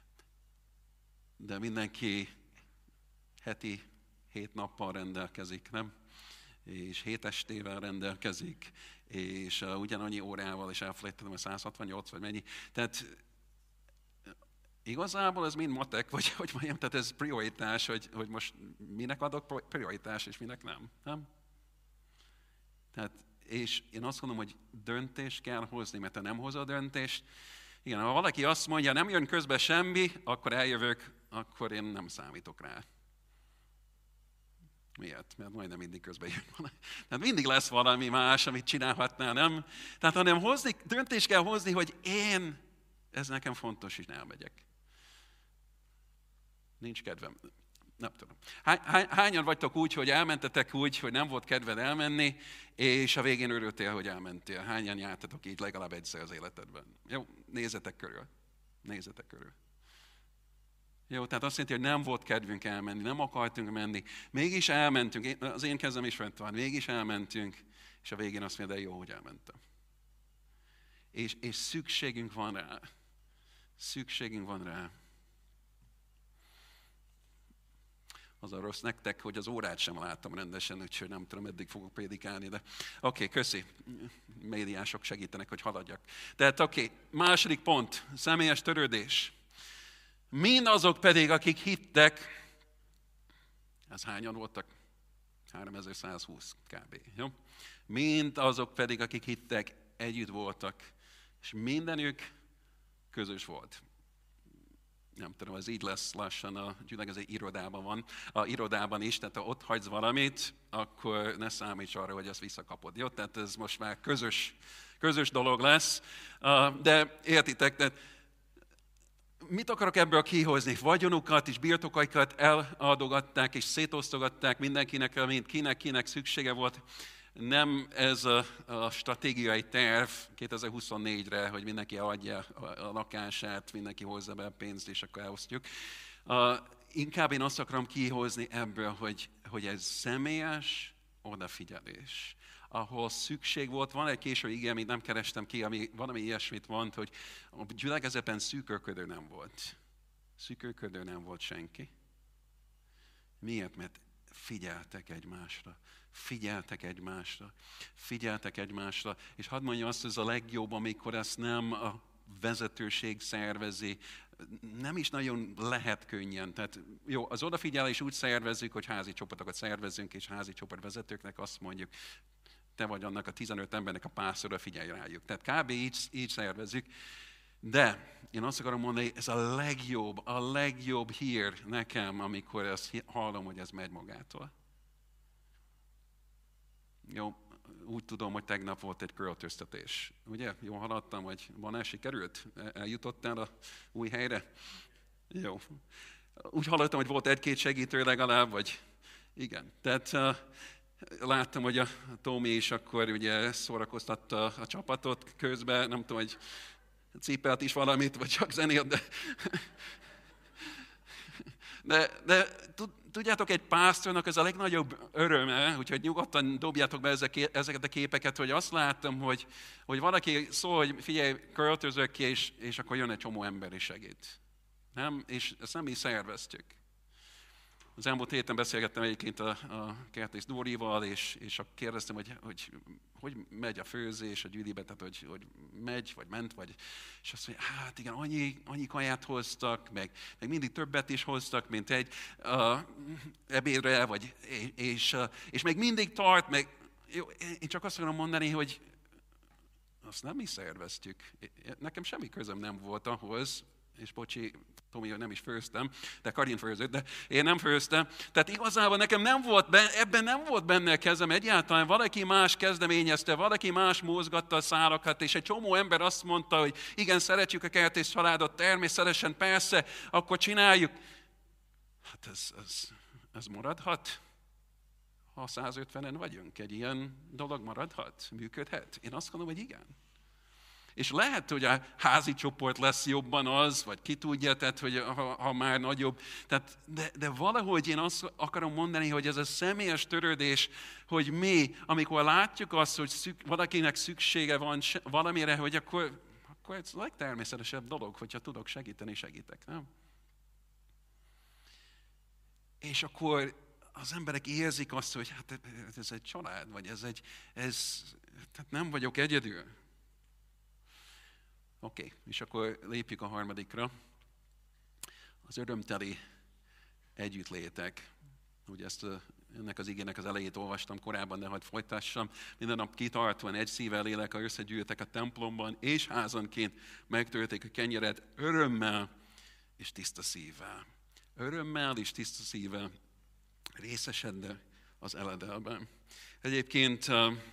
S1: de mindenki heti hét nappal rendelkezik, nem? És hét estével rendelkezik, és uh, ugyanannyi órával, és elfelejtettem, a száz hatvannyolc vagy mennyi. Tehát igazából ez mind matek, vagy hogy mondjam, tehát ez prioritás, hogy, hogy most minek adok prioritás, és minek nem. nem? Tehát, és én azt mondom, hogy döntést kell hozni, mert ha nem hozod döntést, igen, ha valaki azt mondja, nem jön közbe semmi, akkor eljövök, akkor én nem számítok rá. Miért? Mert majdnem mindig közben jön valami. Tehát mindig lesz valami más, amit csinálhatnál, nem? Tehát hanem hozni, döntést kell hozni, hogy én, ez nekem fontos, és elmegyek. Nincs kedvem. Nem tudom. Hány, hányan vagytok úgy, hogy elmentetek úgy, hogy nem volt kedved elmenni, és a végén örültél, hogy elmentél? Hányan jártatok így legalább egyszer az életedben? Jó, nézzetek körül. Nézzetek körül. Jó, tehát azt jelenti, hogy nem volt kedvünk elmenni, nem akartunk menni. Mégis elmentünk, az én kezem is fent van, mégis elmentünk, és a végén azt mondja, de jó, hogy elmentem. És, és szükségünk van rá. Szükségünk van rá. Az a rossz nektek, hogy az órát sem láttam rendesen, úgyhogy nem tudom, eddig fogok prédikálni, de oké, okay, köszi. Médiások segítenek, hogy haladjak. Tehát oké, okay, második pont, személyes törődés. Mindazok pedig, akik hittek, ez hányan voltak? háromezer-százhúsz kb. Jó? Mind azok pedig, akik hittek, együtt voltak, és mindenük közös volt. Nem tudom, ez így lesz lassan, a gyülekezet irodában van, a irodában is, tehát ha ott hagysz valamit, akkor ne számíts arra, hogy ezt visszakapod. Jó? Tehát ez most már közös, közös dolog lesz, de értitek, tehát mit akarok ebből kihozni? Vagyonukat és birtokaikat eladogatták és szétosztogatták mindenkinek, amint kinek-kinek szüksége volt. Nem ez a, a stratégiai terv kétezer-huszonnégyre, hogy mindenki adja a, a lakását, mindenki hozza be a pénzt, és akkor elosztjuk. Uh, inkább én azt akarom kihozni ebből, hogy, hogy ez személyes odafigyelés. Ahol szükség volt, van egy késő ige, amit nem kerestem ki, ami valami ilyesmit mond, hogy a gyülekezetben szűkölködő nem volt. Szűkölködő nem volt senki. Miért? Mert figyeltek egymásra. Figyeltek egymásra. Figyeltek egymásra. És hadd mondjam azt, hogy ez a legjobb, amikor ezt nem a vezetőség szervezi, nem is nagyon lehet könnyen. Tehát jó, az odafigyelés úgy szervezzük, hogy házi csoportokat szervezzünk, és házi csoportvezetőknek azt mondjuk, te vagy annak a tizenöt embernek a pásztora, figyelj rájuk. Tehát kb. így, így szervezzük. De én azt akarom mondani, ez a legjobb, a legjobb hír nekem, amikor ezt hallom, hogy ez megy magától. Jó, úgy tudom, hogy tegnap volt egy költöztetés. Ugye? Jól hallottam, hogy van-e sikerült? Eljutottál a új helyre? Jó. Úgy hallottam, hogy volt egy-két segítő legalább, vagy igen. Tehát uh, láttam, hogy a Tomi is akkor ugye szórakoztatta a csapatot közben, nem tudom, hogy cipelt is valamit, vagy csak zenélt, de... De, de tudjátok, egy pásztornak ez a legnagyobb öröme, úgyhogy nyugodtan dobjátok be ezeket a képeket, hogy azt láttam, hogy, hogy valaki szól, hogy figyelj, költözök ki, és, és akkor jön egy csomó ember és segít. Nem? És ezt nem mi szerveztük. Az elmúlt héten beszélgettem egyébként a, a Kertész Dórival, és, és akkor kérdeztem, hogy, hogy hogy megy a főzés a gyűlibe, tehát hogy, hogy megy, vagy ment, vagy... És azt mondja, hát igen, annyi, annyi kaját hoztak, meg, meg mindig többet is hoztak, mint egy uh, ebédre, vagy, és, uh, és még mindig tart, meg... Jó, én csak azt akarom mondani, hogy azt nem mi szerveztük. Nekem semmi közöm nem volt ahhoz, és bocsi, Tomi, nem is főztem, de Karin főzött, de én nem főztem. Tehát igazából nekem nem volt benne, ebben nem volt benne a kezem egyáltalán. Valaki más kezdeményezte, valaki más mozgatta a szálakat, és egy csomó ember azt mondta, hogy igen, szeretjük a Kertész családot, természetesen, persze, akkor csináljuk. Hát ez, ez, ez maradhat? Ha százötvenen vagyunk, egy ilyen dolog maradhat, működhet? Én azt gondolom, hogy igen. És lehet, hogy a házi csoport lesz jobban az, vagy ki tudja, tehát, hogy ha, ha már nagyobb. Tehát, de, de valahogy én azt akarom mondani, hogy ez a személyes törődés, hogy mi, amikor látjuk azt, hogy szük, valakinek szüksége van valamire, hogy akkor, akkor ez a legtermészetesebb dolog, hogyha tudok segíteni, segítek, nem? És akkor az emberek érzik azt, hogy hát ez egy család, vagy ez egy, ez, tehát nem vagyok egyedül. Oké, okay, és akkor lépjük a harmadikra. Az örömteli együttlétek. Ugye ezt a, ennek az igének az elejét olvastam korábban, de hadd folytassam. Minden nap kitartóan egy szívvel lélekkel összegyűltek a templomban, és házanként megtölték a kenyeret örömmel és tiszta szívvel. Örömmel és tiszta szívvel részesedve az eledelben. Egyébként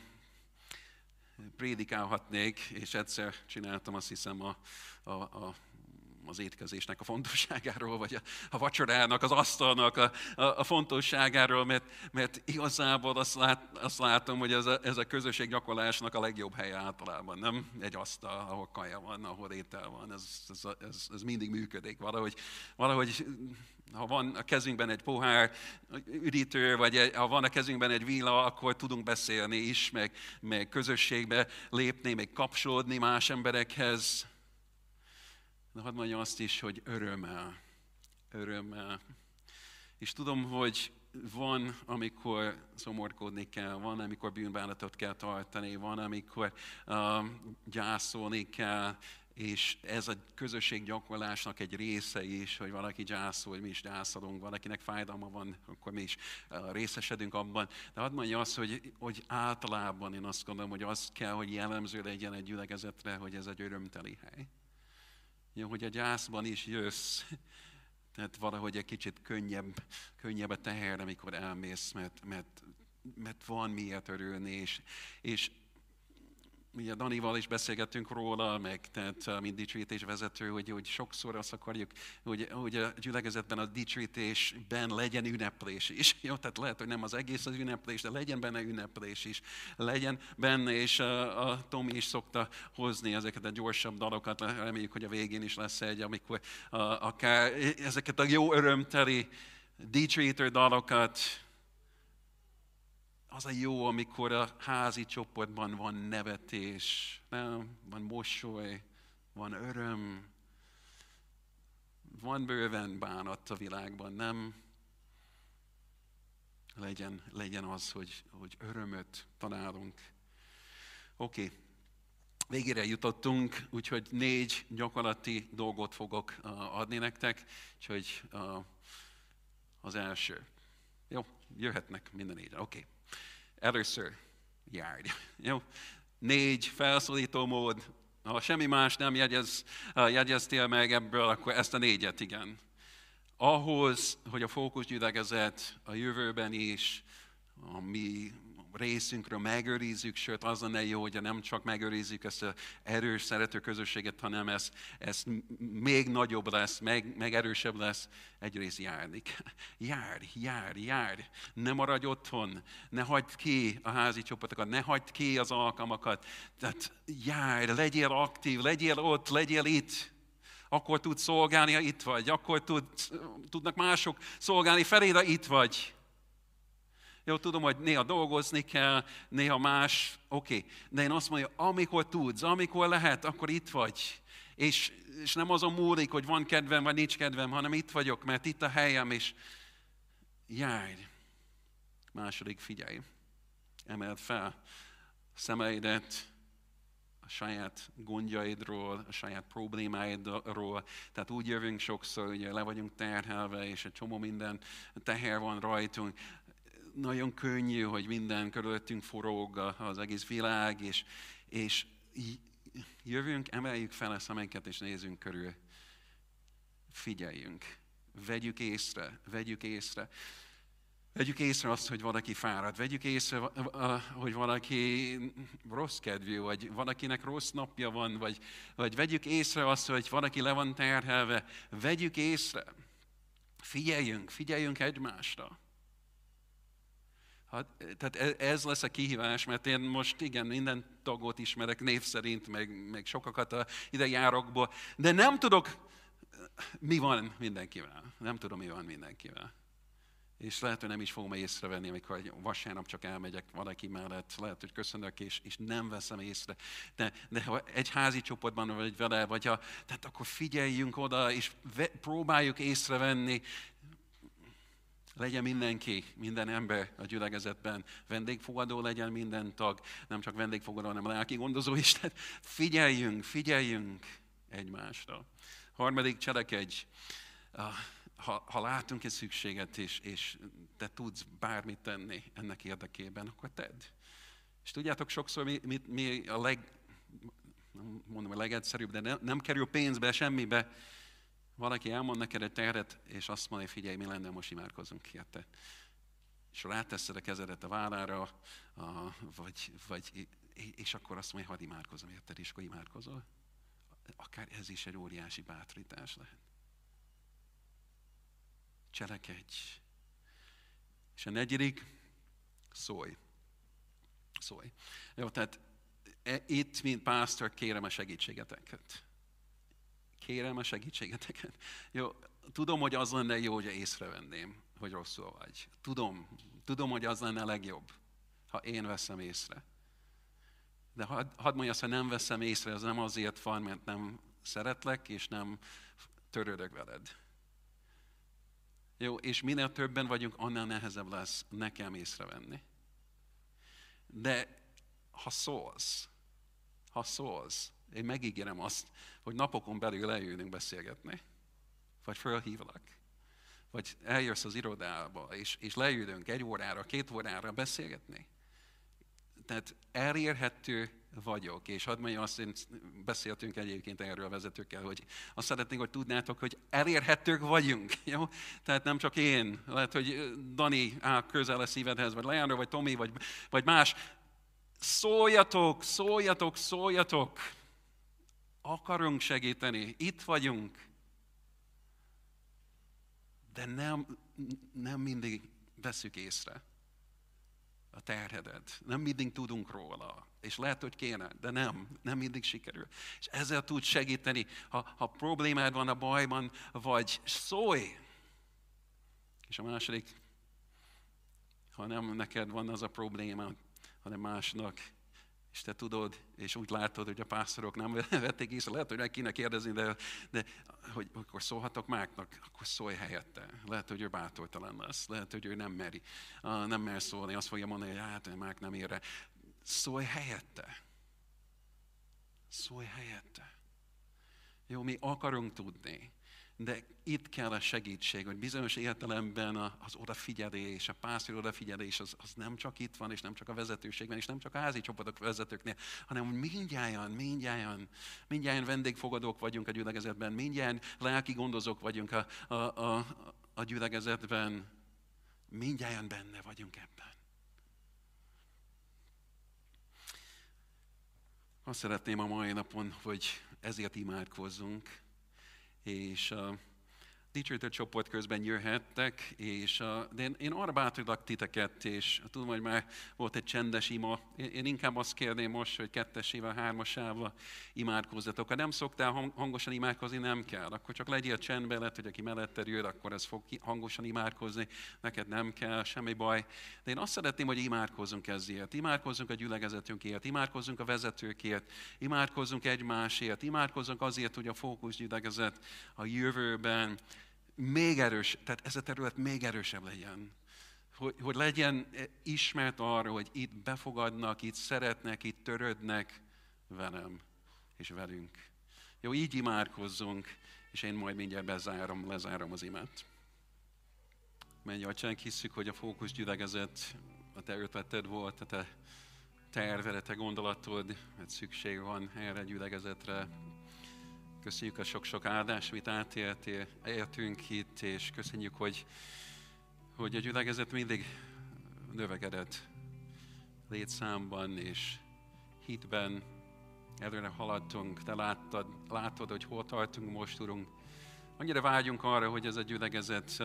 S1: prédikálhatnék, és egyszer csináltam, azt hiszem, a, a, a, az étkezésnek a fontosságáról, vagy a, a vacsorának, az asztalnak a, a, a fontosságáról, mert, mert igazából azt, lát, azt látom, hogy ez a, ez a közösség gyakorlásnak a legjobb helye általában, nem egy asztal, ahol kaja van, ahol étel van, ez, ez, ez, ez mindig működik. Valahogy, valahogy ha van a kezünkben egy pohár üdítő, vagy egy, ha van a kezünkben egy villa, akkor tudunk beszélni is, meg, meg közösségbe lépni, meg kapcsolódni más emberekhez. de hadd mondjam azt is, hogy örömmel. Örömmel. És tudom, hogy van, amikor szomorkodni kell, van, amikor bűnbánatot kell tartani, van, amikor uh, gyászolni kell, és ez a közösség gyakorlásnak egy része is, hogy valaki gyászol, hogy mi is gyászolunk, valakinek fájdalma van, akkor mi is uh, részesedünk abban. De hadd mondja azt, hogy, hogy általában én azt gondolom, hogy az kell, hogy jellemző legyen egy gyülekezetre, hogy ez egy örömteli hely. Jó, hogy a gyászban is jössz, tehát valahogy egy kicsit könnyebb, könnyebb a teher, amikor elmész, mert, mert, mert van miért örülni, és, és ugye Danival is beszélgettünk róla, meg tehát mint dicsőítésvezető, hogy, hogy sokszor azt akarjuk, hogy, hogy a gyülekezetben a dicsőítésben legyen ünneplés is. Jó, tehát lehet, hogy nem az egész az ünneplés, de legyen benne ünneplés is. Legyen benne, és a, a Tomi is szokta hozni ezeket a gyorsabb dalokat, reméljük, hogy a végén is lesz egy, amikor a, akár ezeket a jó örömteli dicsőítő dalokat. Az a jó, amikor a házi csoportban van nevetés, nem? Van mosoly, van öröm, van bőven bánat a világban, nem? Legyen, legyen az, hogy, hogy örömöt találunk. Oké, okay. Végére jutottunk, úgyhogy négy gyakorlati dolgot fogok adni nektek, úgyhogy az első. Jó, jöhetnek minden négyre, oké. Okay. Először járj. Jó? Négy felszólító mód. Ha semmi más nem jegyez, jegyeztél meg ebből, akkor ezt a négyet, igen. Ahhoz, hogy a fókuszgyülekezet a jövőben is a mi részünkről megőrizzük, sőt az lenne jó, hogy nem csak megőrizzük ezt az erős, szerető közösséget, hanem ez, ez még nagyobb lesz, meg, meg erősebb lesz, egyrészt járni. Járj, járj, járj! Ne maradj otthon, ne hagyd ki a házi csoportokat, ne hagyd ki az alkalmakat. Tehát járj, legyél aktív, legyél ott, legyél itt. Akkor tudsz szolgálni, ha itt vagy. Akkor tud, tudnak mások szolgálni feléd, ha itt vagy. Jó, tudom, hogy néha dolgozni kell, néha más, oké. Okay. De én azt mondom, amikor tudsz, amikor lehet, akkor itt vagy. És, és nem azon múlik, hogy van kedvem, vagy nincs kedvem, hanem itt vagyok, mert itt a helyem, és járj. Második, figyelj. Emeld fel szemeidet a saját gondjaidról, a saját problémáidról. Tehát úgy jövünk sokszor, ugye le vagyunk terhelve, és egy csomó minden teher van rajtunk. Nagyon könnyű, hogy minden körülöttünk forog az egész világ, és, és jövünk, emeljük fel a szemeinket, és nézzünk körül. Figyeljünk, vegyük észre, vegyük észre. Vegyük észre azt, hogy valaki fárad, vegyük észre, hogy valaki rossz kedvű, vagy valakinek rossz napja van, vagy, vagy vegyük észre azt, hogy valaki le van terhelve. Vegyük észre. Figyeljünk, figyeljünk egymásra. Hát, tehát ez lesz a kihívás, mert én most igen, minden tagot ismerek név szerint, meg, meg sokakat a idejárokból, de nem tudok, mi van mindenkivel. Nem tudom, mi van mindenkivel. És lehet, hogy nem is fogom észrevenni, amikor vasárnap csak elmegyek valaki mellett, lehet, hogy köszönök, és, és nem veszem észre. De, de ha egy házi csoportban vagy vele, vagy ha, tehát akkor figyeljünk oda, és ve, próbáljuk észrevenni, legyen mindenki, minden ember a gyülekezetben, vendégfogadó legyen minden tag, nem csak vendégfogadó, hanem lelki gondozó is. Tehát figyeljünk, figyeljünk egymásra. Harmadik, cselekedj. Ha, ha látunk egy szükséget, és, és te tudsz bármit tenni ennek érdekében, akkor tedd. És tudjátok, sokszor mi, mi, mi a leg, nem mondom a legegyszerűbb, de ne, nem kerül pénzbe, semmibe. Valaki elmond neked egy terhet, és azt mondja, figyelj, mi lenne, most imádkozunk érte. És ráteszed a kezedet a vállára, a, vagy, vagy, és akkor azt mondja, hadd imádkozom érted, és akkor imádkozol. Akár ez is egy óriási bátorítás lehet. Cselekedj. És a negyedik, szólj. Szólj. Jó, tehát e, itt, mint pásztor, kérem a segítségeteket. Kérem a segítségeteket. Jó, tudom, hogy az lenne jó, hogy észrevenném, hogy rosszul vagy. Tudom, tudom, hogy az lenne a legjobb, ha én veszem észre. De hadd had mondja azt, hogy nem veszem észre, az nem azért van, mert nem szeretlek, és nem törődök veled. Jó, és minél többen vagyunk, annál nehezebb lesz nekem észrevenni. De ha szólsz, ha szólsz, én megígérem azt, hogy napokon belül leülünk beszélgetni. Vagy fölhívlak. Vagy eljössz az irodába, és, és leülünk egy órára, két órára beszélgetni. Tehát elérhető vagyok, és hadd mondjam azt, én beszéltünk egyébként erről a vezetőkkel, hogy azt szeretnénk, hogy tudnátok, hogy elérhetők vagyunk. Jó? Tehát nem csak én, lehet, hogy Dani áll közel a szívedhez, vagy Leandro, vagy Tomi, vagy, vagy más. Szóljatok, szóljatok, szóljatok. Akarunk segíteni, itt vagyunk. De nem, nem mindig veszük észre a terhedet. Nem mindig tudunk róla. És lehet, hogy kéne, de nem. Nem mindig sikerül. És ezzel tud segíteni, ha, ha problémád van a bajban, vagy szólj. És a második, ha nem neked van az a probléma, hanem másnak, és te tudod, és úgy látod, hogy a pásztorok nem vették észre, lehet, hogy meg kéne kérdezni, de, de hogy akkor szólhatok Máknak, akkor szólj helyette. Lehet, hogy ő bátortalan lesz, lehet, hogy ő nem meri, nem mer szólni, azt fogja mondani, hogy hát Mák nem ér rá. Szólj helyette. Szólj helyette. Jó, mi akarunk tudni, de itt kell a segítség, hogy bizonyos értelemben az odafigyelés, a pásztor odafigyelés, az, az nem csak itt van, és nem csak a vezetőségben, és nem csak a házi csoportok vezetőknél, hanem hogy mindjárt, mindjárt, mindjárt vendégfogadók vagyunk a gyülekezetben, mindjárt lelki gondozók vagyunk a, a, a, a gyülekezetben, mindjárt benne vagyunk ebben. Azt szeretném a mai napon, hogy ezért imádkozzunk, és a dicsőítő csoport közben jöhettek, és a, de én, én arra bátorítlak titeket, és tudom, hogy már volt egy csendes ima, én, én inkább azt kérném most, hogy kettesével, hármasával imádkozzatok. Ha nem szoktál hangosan imádkozni, nem kell, akkor csak legyél csendben, lehet, hogy aki melletted jön, akkor ez fog hangosan imádkozni, neked nem kell, semmi baj. De én azt szeretném, hogy imádkozzunk ezért, imádkozzunk a gyülekezetünkért, imádkozzunk a vezetőkért, imádkozzunk egymásért, imádkozzunk azért, hogy a fókusz gyülekezet a jövőben még erős, tehát ez a terület még erősebb legyen. Hogy, hogy legyen ismert arra, hogy itt befogadnak, itt szeretnek, itt törődnek velem és velünk. Jó, így imádkozzunk, és én majd mindjárt bezárom, lezárom az imát. Menj, Atyánk, hisszük, hogy a fókusz gyülekezet a te ötleted volt, a te terved, a te gondolatod, mert szükség van erre a gyülekezetre. Köszönjük a sok-sok áldást, amit átéltünk itt, és köszönjük, hogy, hogy a gyülekezet mindig növekedett létszámban és hitben. Előre haladtunk, te láttad, látod, hogy hol tartunk most, Urunk. Annyira vágyunk arra, hogy ez a gyülekezet,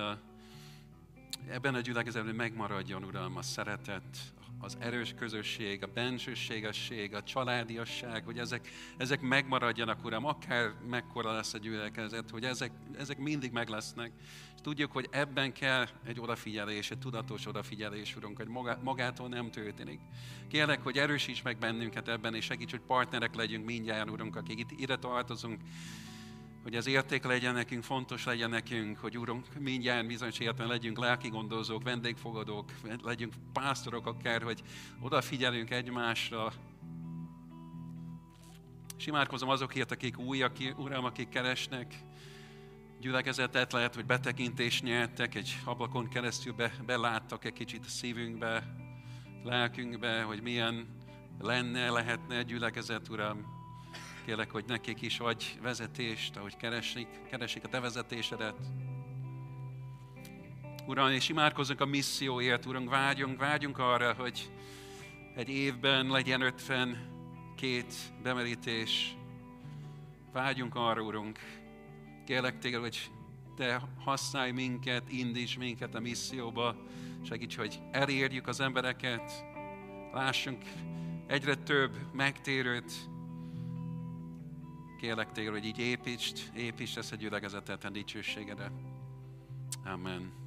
S1: ebben a gyülekezetben megmaradjon, Uram, a szeretet, az erős közösség, a bensőségesség, a családiasság, hogy ezek, ezek megmaradjanak, Uram, akár mekkora lesz a gyülekezet, hogy ezek, ezek mindig meg lesznek. És tudjuk, hogy ebben kell egy odafigyelés, egy tudatos odafigyelés, Urunk, hogy magá, magától nem történik. Kérlek, hogy erősíts meg bennünket ebben, és segíts, hogy partnerek legyünk mindjárt, Urunk, akik itt ide tartozunk, hogy az érték legyen nekünk, fontos legyen nekünk, hogy Urunk, mindjárt bizonyos értelemben legyünk lelki gondozók, vendégfogadók, legyünk pásztorok akár, hogy odafigyelünk egymásra. És imádkozom azokért, akik új, akik, Uram, akik keresnek gyülekezetet, lehet, hogy betekintést nyertek, egy ablakon keresztül be, beláttak egy kicsit a szívünkbe, lelkünkbe, hogy milyen lenne, lehetne gyülekezet, Uram. Kérlek, hogy nekik is adj vezetést, ahogy keresik, keresik a te vezetésedet. Uram, és imádkozzunk a misszióért, Uram, vágyunk, vágyunk arra, hogy egy évben legyen ötvenkét bemerítés. Vágyunk arra, Urunk. Kérlek téged, hogy te használj minket, indíts minket a misszióba. Segíts, hogy elérjük az embereket, lássunk egyre több megtérőt. Kérlek téged, hogy így építsd, építsd ezt a gyülekezetet a dicsőségedre. Amen.